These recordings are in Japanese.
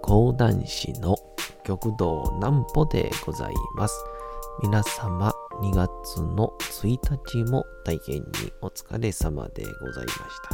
講談師の極道南歩でございます。皆様2月の1日も大変にお疲れ様でございました。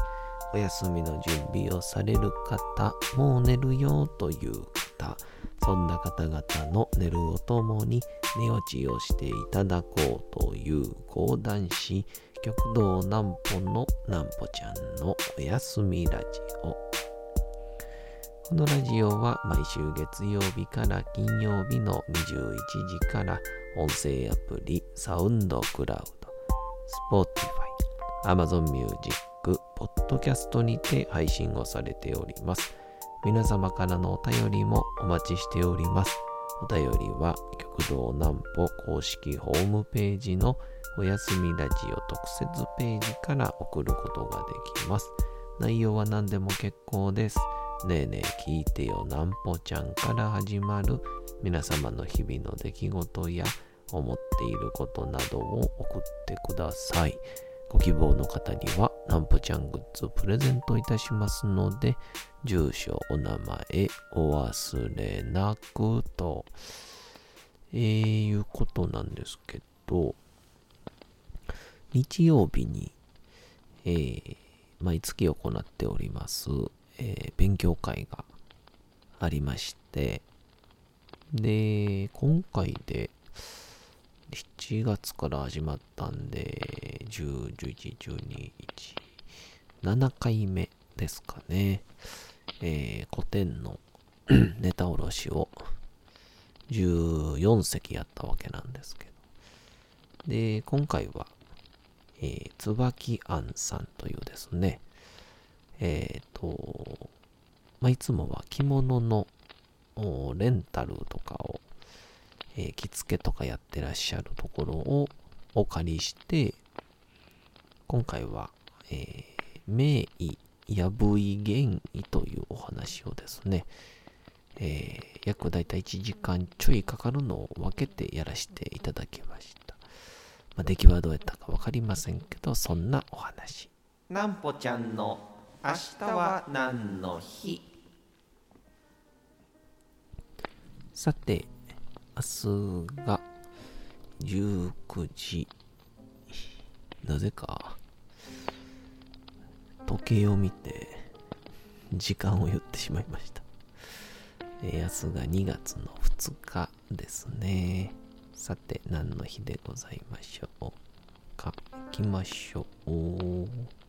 お休みの準備をされる方、もう寝るよという方、そんな方々の寝るをともに寝落ちをしていただこうという講談師極道南歩の南歩ちゃんのおやすみラジオ。このラジオは毎週月曜日から金曜日の21時から音声アプリサウンドクラウド、Spotify、Amazon Music、ポッドキャストにて配信をされております。皆様からのお便りもお待ちしております。お便りは極道南歩公式ホームページのおやすみラジオ特設ページから送ることができます。内容は何でも結構です。ねえねえ聞いてよ南歩ちゃんから始まる皆様の日々の出来事や思っていることなどを送ってください。ご希望の方には南歩ちゃんグッズプレゼントいたしますので、住所お名前お忘れなくと、いうことなんですけど、日曜日に、毎月行っております、勉強会がありまして、で、今回で7月から始まったんで、10、11、12、1、7回目ですかね。古典のネタおろしを14席やったわけなんですけど。で、今回は、椿庵さんというですね、いつもは着物のレンタルとかを、着付けとかやってらっしゃるところをお借りして、今回は、名医やぶい玄医というお話をですね、約だいたい1時間ちょいかかるのを分けてやらせていただきました。出来はどうやったか分かりませんけど、そんなお話。南歩ちゃんの明日は何の日。さて、明日が19時、なぜか時計を見て時間を言ってしまいました。明日が2月の2日ですね。さて、何の日でございましょうか。行きましょう。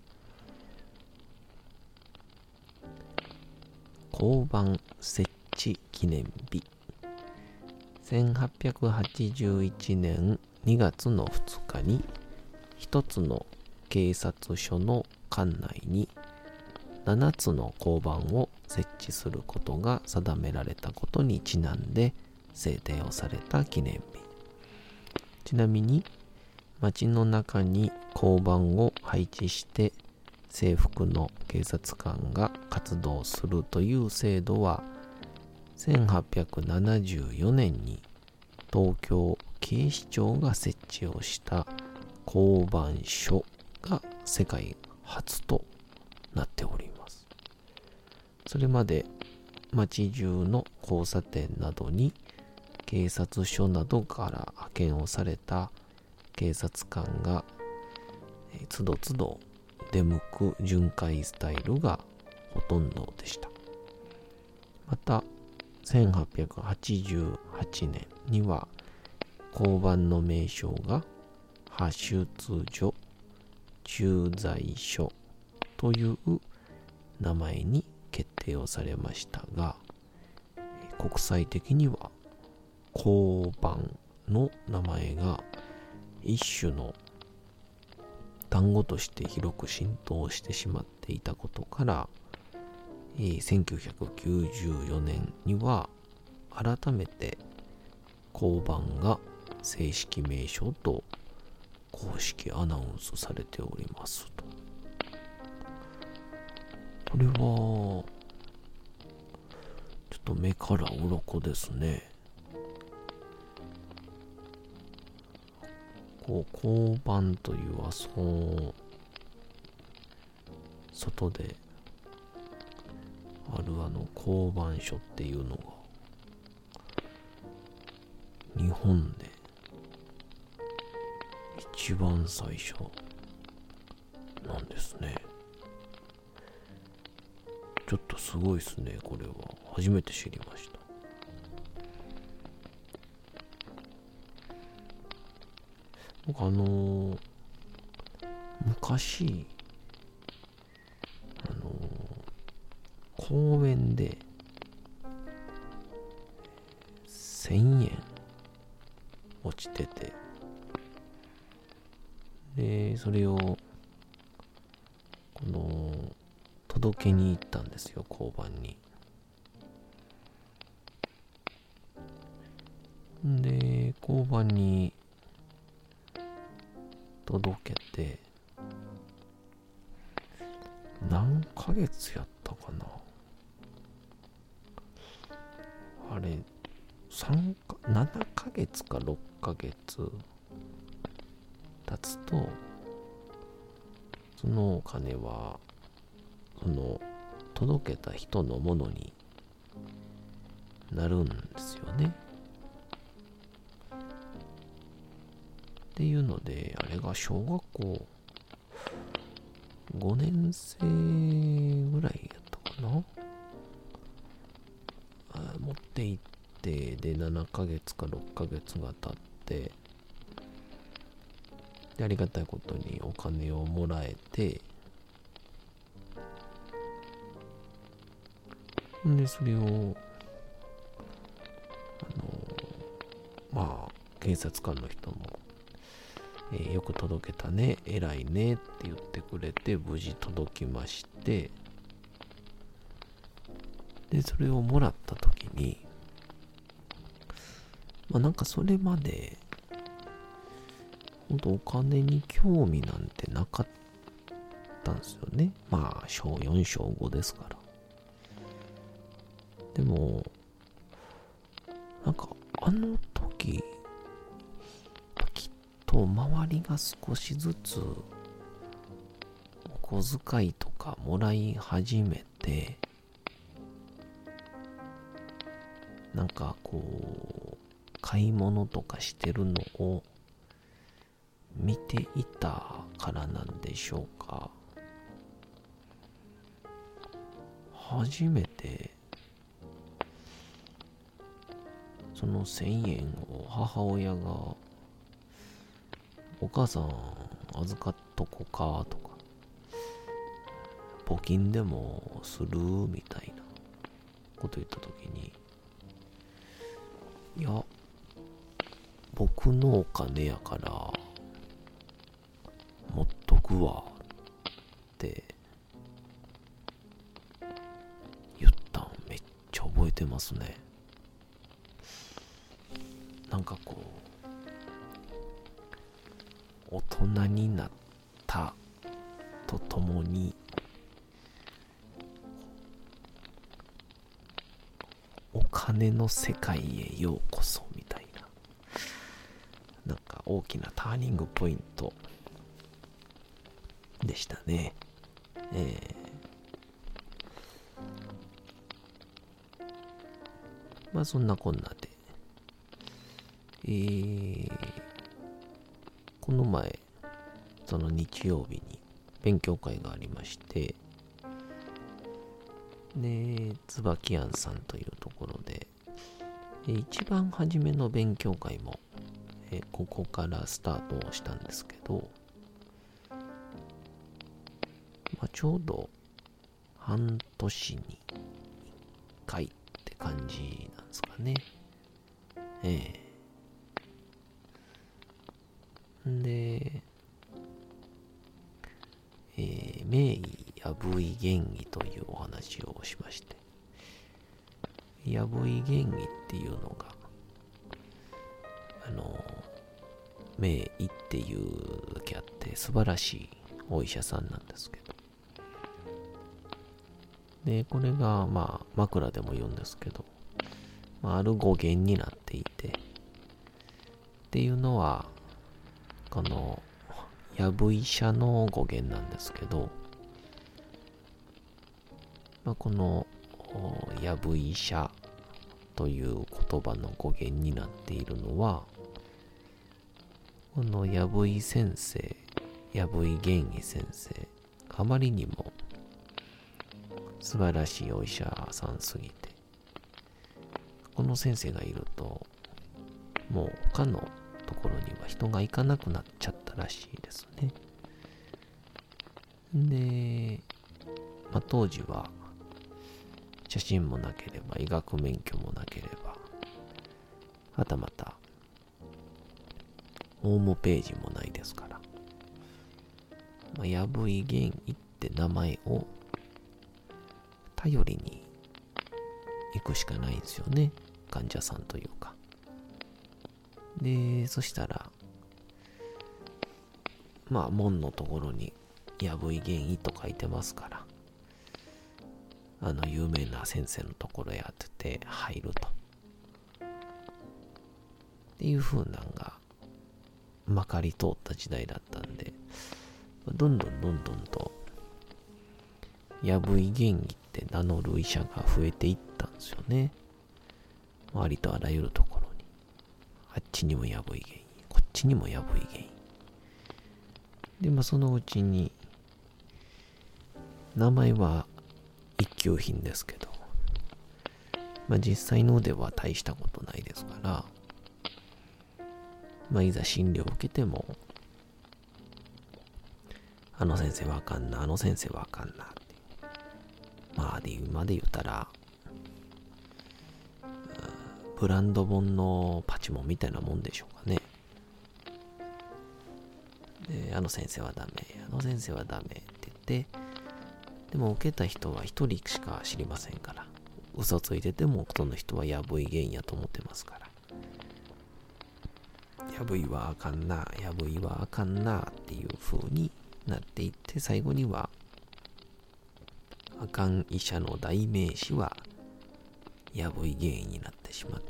交番設置記念日。1881年2月の2日に一つの警察署の管内に7つの交番を設置することが定められたことにちなんで制定をされた記念日。ちなみに街の中に交番を配置して制服の警察官が活動するという制度は1874年に東京警視庁が設置をした交番署が世界初となっております。それまで街中の交差点などに警察署などから派遣をされた警察官がつどつど出向く巡回スタイルがほとんどでした。また1888年には交番の名称が派出所、駐在所という名前に決定をされましたが、国際的には交番の名前が一種の単語として広く浸透してしまっていたことから、1994年には改めて交番が正式名称と公式アナウンスされておりますと。これはちょっと目から鱗ですね。交番という外である公判所っていうのが日本で一番最初なんですね。ちょっとすごいですね。これは初めて知りました。僕昔公園で1000円落ちてて、でそれを届けに行ったんですよ、交番に。で交番に届けて何ヶ月やったかな、あれ7ヶ月か6ヶ月経つと、そのお金は届けた人のものになるんですよね。っていうので、あれが小学校5年生ぐらいやったかな、持って行ってで7ヶ月か6ヶ月が経って、でありがたいことにお金をもらえて、でそれを警察官の人も、よく届けたね、偉いねって言ってくれて、無事届きまして、でそれをもらった時に、なんかそれまで本当お金に興味なんてなかったんですよね。小4小5ですから。でもなんかあの時きっと周りが少しずつお小遣いとかもらい始めて、なんか買い物とかしてるのを見ていたからなんでしょうか。初めてその1000円を母親が、お母さん預かっとこかとか、募金でもするみたいなこと言ったときに、いや僕のお金やから持っとくわって言ったんめっちゃ覚えてますね。なんか大人になったとともにお金の世界へようこそみたいな、なんか大きなターニングポイントでしたね。そんなこんなで、この前その日曜日に勉強会がありまして、で椿庵さんというところで、一番初めの勉強会も、ここからスタートをしたんですけど、ちょうど半年に1回って感じなんですかね。で、名医やぶい原義というお話をしまして、やぶい原義っていうのが名医っていうだけあって素晴らしいお医者さんなんですけど、でこれが枕でも言うんですけど、ある語源になっていて、っていうのはこのやぶ医者の語源なんですけど、このやぶ医者という言葉の語源になっているのは、このやぶい先生、やぶい玄義先生、あまりにも素晴らしいお医者さんすぎて、この先生がいると、もう他のところには人が行かなくなっちゃったらしいですね。で、当時は写真もなければ医学免許もなければ、はたまたホームページもないですから、やぶい玄義って名前を頼りに行くしかないんですよね、患者さんというか。で、そしたら門のところにやぶい玄義と書いてますから、有名な先生のところへ当てて入ると。っていう風なんがまかり通った時代だったんで、どんどんとやぶい玄義って名乗る医者が増えていったんですよね。ありとあらゆるところに。あっちにもやぶい玄義、こっちにもやぶい玄義。で、そのうちに、名前は一級品ですけど、実際の腕は大したことないですから、いざ診療を受けても、あの先生はあかんな、あの先生はあかんなって。今で言ったら、ブランド本のパチモンみたいなもんでしょうかね。で、あの先生はダメ、あの先生はダメって言って、でも受けた人は一人しか知りませんから、嘘ついててもその人はやぶい玄やと思ってますから、やぶいはあかんな、やぶいはあかんなっていう風になっていって、最後にはあかん医者の代名詞はやぶい玄になってしまって、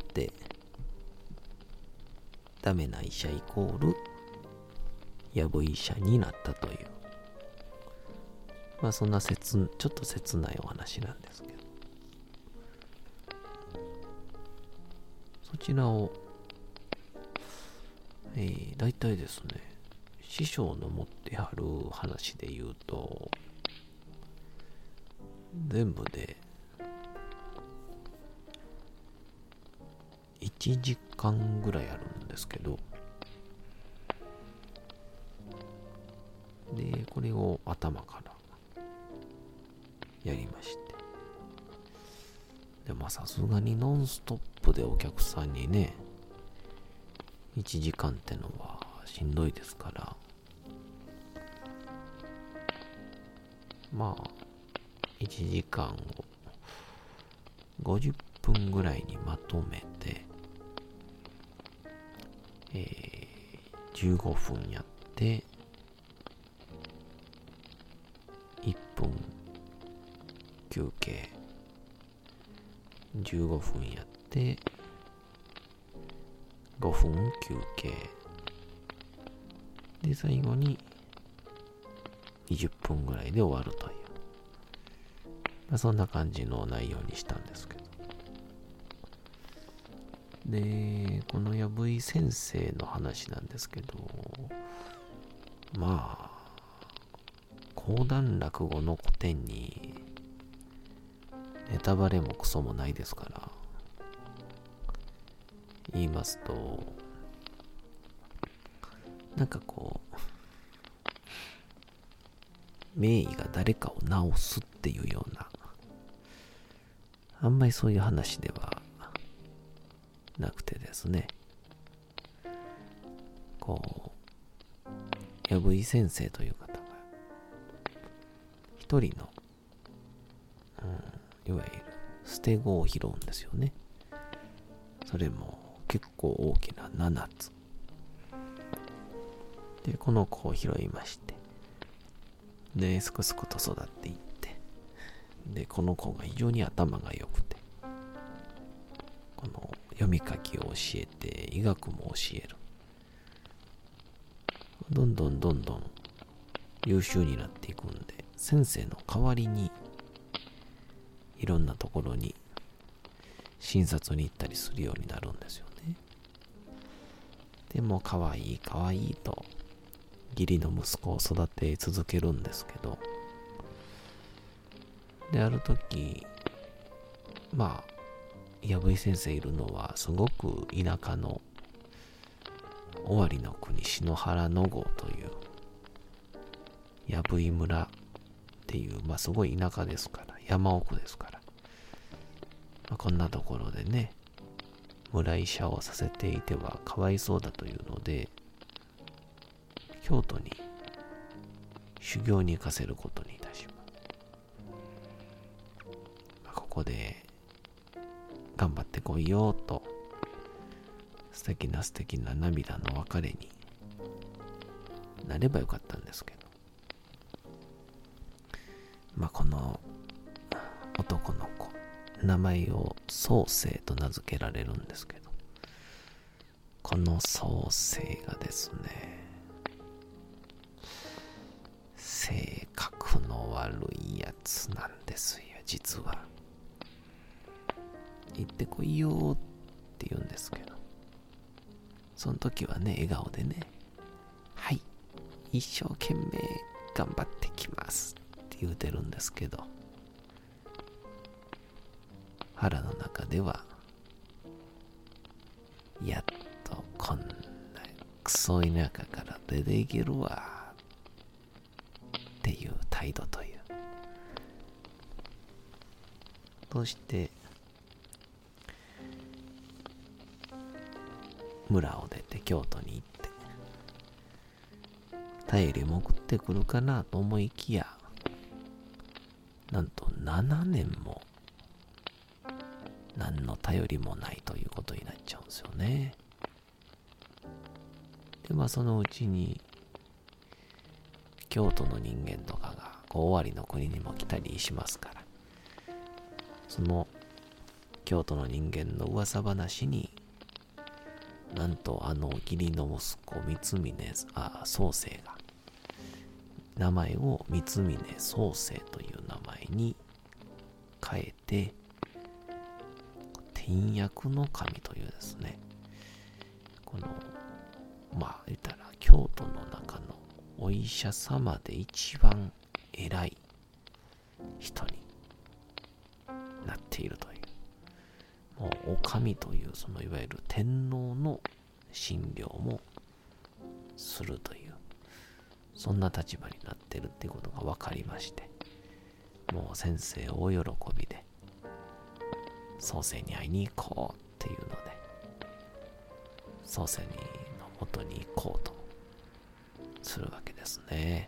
ダメな医者イコールやぶい医者になったという、そんなちょっと切ないお話なんですけど、そちらを、大体ですね、師匠の持ってはる話で言うと、全部で1時間ぐらいあるんですけど、で、これを頭からやりまして、で、さすがにノンストップでお客さんにね、1時間ってのはしんどいですから、1時間を50分ぐらいにまとめて、15分やって、1分休憩、15分やって、5分休憩。で、最後に20分ぐらいで終わるという。そんな感じの内容にしたんですけど。で、このやぶい先生の話なんですけど、講談落語の古典にネタバレもクソもないですから、言いますと、名医が誰かを治すっていうような、あんまりそういう話ではなくてですね、やぶい先生という方が一人の、いわゆる捨て子を拾うんですよね。それも結構大きな7つで、この子を拾いまして、で、すくすくと育っていって、で、この子が非常に頭が良くて、この読み書きを教えて、医学も教える。どんどん優秀になっていくんで、先生の代わりにいろんなところに診察に行ったりするようになるんですよね。でも可愛い可愛いと義理の息子を育て続けるんですけど、である時、藪井先生いるのはすごく田舎の尾張の国篠原野郷という藪井村っていう、すごい田舎ですから、山奥ですから、こんなところでね、村医者をさせていてはかわいそうだというので、京都に修行に行かせることにいたします。ここで頑張ってこいよと、素敵な涙の別れになればよかったんですけど、この男の子、名前を宗生と名付けられるんですけど、この宗生がですね、性格の悪いやつなんですよ、実は。行ってこいよって言うんですけど、その時はね、笑顔でね、はい、一生懸命頑張ってきますって言うてるんですけど、腹の中では、やっとこんなクソ田舎から出ていけるわっていう態度という。そして村を出て京都に行って便りも送ってくるかなと思いきや、なんと7年も何の頼りもないということになっちゃうんですよね。でそのうちに京都の人間とかが尾張の国にも来たりしますから、その京都の人間の噂話に、なんと義理の息子宗生が名前を三峯宗生という名前に変えて、天薬の神というですね、この言ったら京都の中のお医者様で一番偉い人になっているという、もうお上というそのいわゆる天皇の診療もするという、そんな立場になっているっていうことが分かりまして、もう先生大喜びで宗生に会いに行こうっていうので、宗生の元に行こうとするわけですね。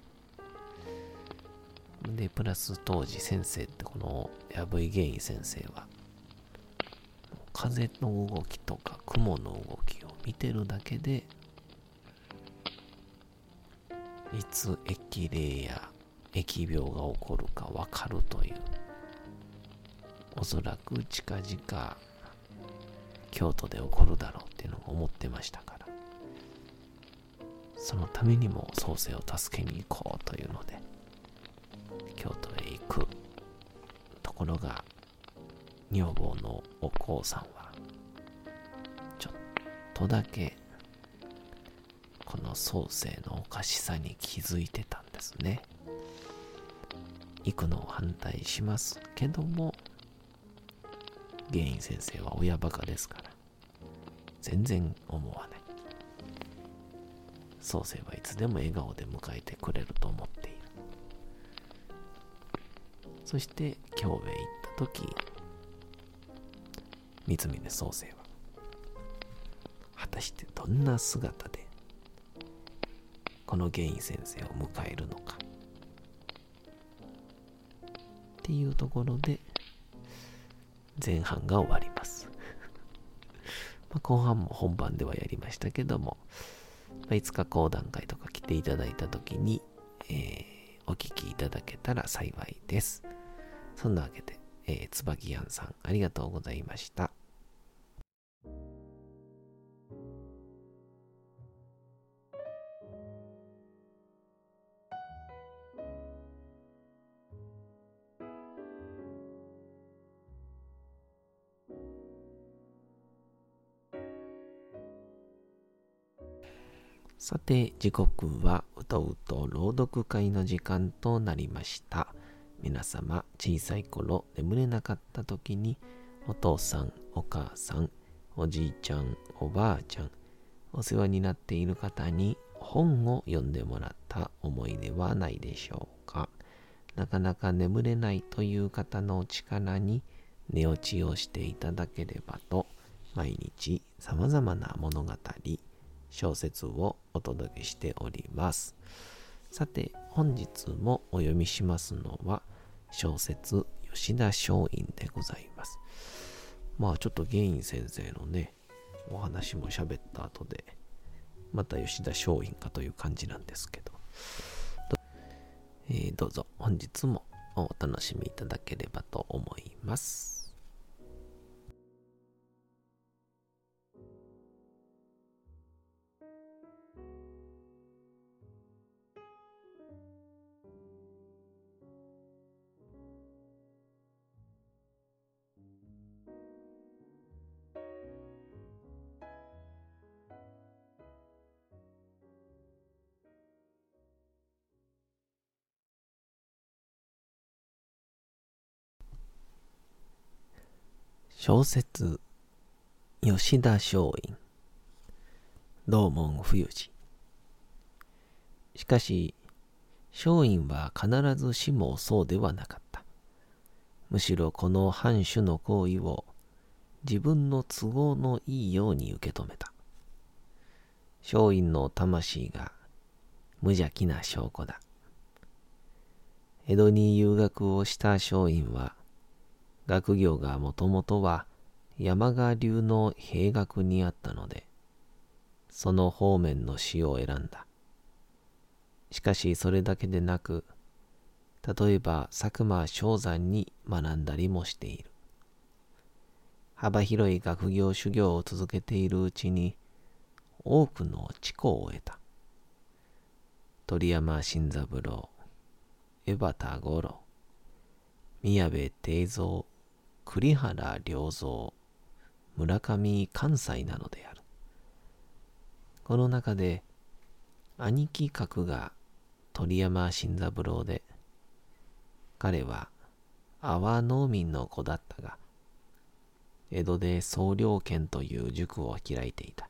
でプラス当時先生って、この藪井玄医先生は風の動きとか雲の動きを見てるだけで、いつ疫霊や疫病が起こるか分かるという、おそらく近々京都で起こるだろうっていうのを思ってましたから、そのためにも宗生を助けに行こうというので京都へ行くところが、女房のお幸さんはちょっとだけこの宗生のおかしさに気づいてたんですね。行くのを反対しますけども、玄院先生は親バカですから全然思わない。宗生はいつでも笑顔で迎えてくれると思っている。そして京へ行った時、三峯宗生は果たしてどんな姿でこの玄院先生を迎えるのかっていうところで前半が終わります後半も本番ではやりましたけども、いつか講談会とか来ていただいた時に、お聞きいただけたら幸いです。そんなわけで、椿やんさんありがとうございました。 さて、時刻はうとうと朗読会の時間となりました。皆様、小さい頃眠れなかった時に、お父さん、お母さん、おじいちゃん、おばあちゃん、お世話になっている方に本を読んでもらった思い出はないでしょうか。なかなか眠れないという方の力に寝落ちをしていただければと、毎日様々な物語、小説をお届けしております。さて、本日もお読みしますのは小説吉田松陰でございます。まあちょっと玄院先生のね、お話も喋った後で、また吉田松陰かという感じなんですけど、どうぞ本日もお楽しみいただければと思います。小説吉田松陰道門冬治。しかし松陰は必ずしもそうではなかった。むしろこの藩主の行為を自分の都合のいいように受け止めた。松陰の魂が無邪気な証拠だ。江戸に遊学をした松陰は、学業がもともとは山賀流の兵学にあったので、その方面の詩を選んだ。しかしそれだけでなく、例えば佐久間象山に学んだりもしている。幅広い学業修行を続けているうちに、多くの知識を得た。鳥山新三郎、江端五郎、宮部定蔵、栗原良三、村上関西なのである。この中で兄貴格が鳥山新三郎で、彼は阿波農民の子だったが、江戸で総領研という塾を開いていた。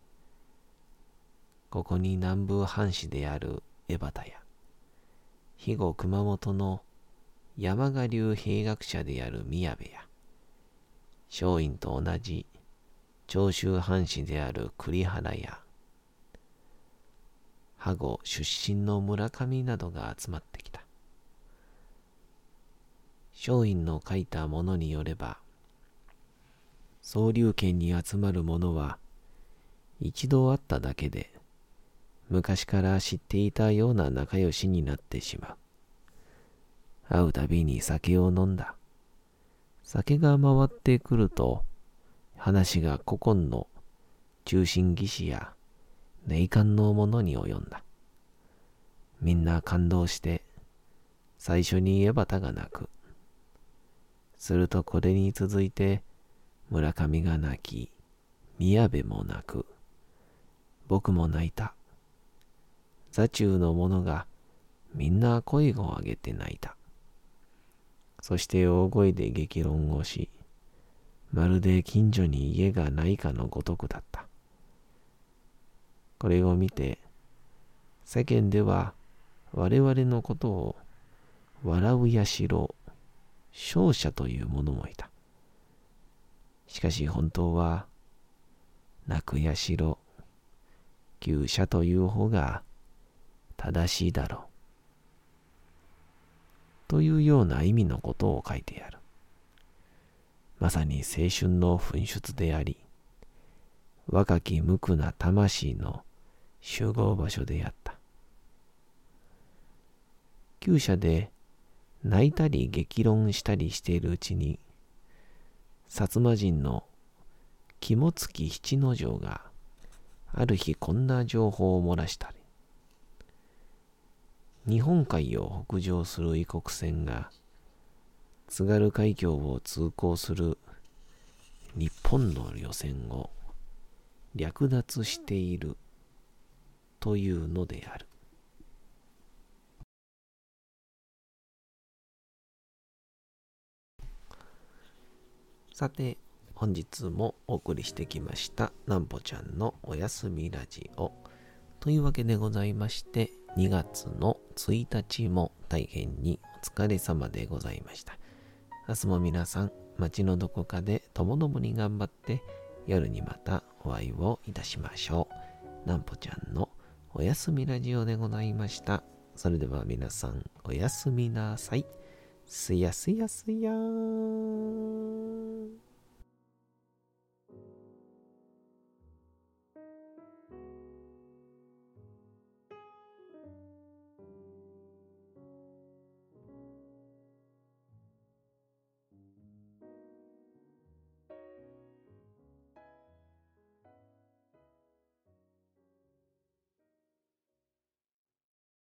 ここに南部藩士である江端や、肥後熊本の山賀流兵学者である宮部や、松陰と同じ長州藩士である栗原や、羽後出身の村上などが集まってきた。松陰の書いたものによれば、総領研に集まる者は一度会っただけで昔から知っていたような仲良しになってしまう。会うたびに酒を飲んだ。酒が回ってくると、話が古今の中心義士や霊感のものに及んだ。みんな感動して、最初に江端が泣く。するとこれに続いて、村上が泣き、宮部も泣く。僕も泣いた。座中の者がみんな声を上げて泣いた。そして大声で激論をし、まるで近所に家がないかのごとくだった。これを見て、世間では我々のことを笑うやしろ、笑者という者もいた。しかし本当は、泣くやしろ、窮者という方が正しいだろう。というような意味のことを書いてある。まさに青春の噴出であり、若き無垢な魂の集合場所であった。厩舎で泣いたり激論したりしているうちに、薩摩人の肝付七之丞がある日こんな情報を漏らしたり、日本海を北上する異国船が津軽海峡を通行する日本の漁船を略奪しているというのである。さて、本日もお送りしてきましたなんぽちゃんのおやすみラジオというわけでございまして、2月の1日も大変にお疲れ様でございました。明日も皆さん街のどこかでともどもに頑張って夜にまたお会いをいたしましょう。なんぽちゃんのおやすみラジオでございました。それでは皆さんおやすみなさい。すやすやすやーん。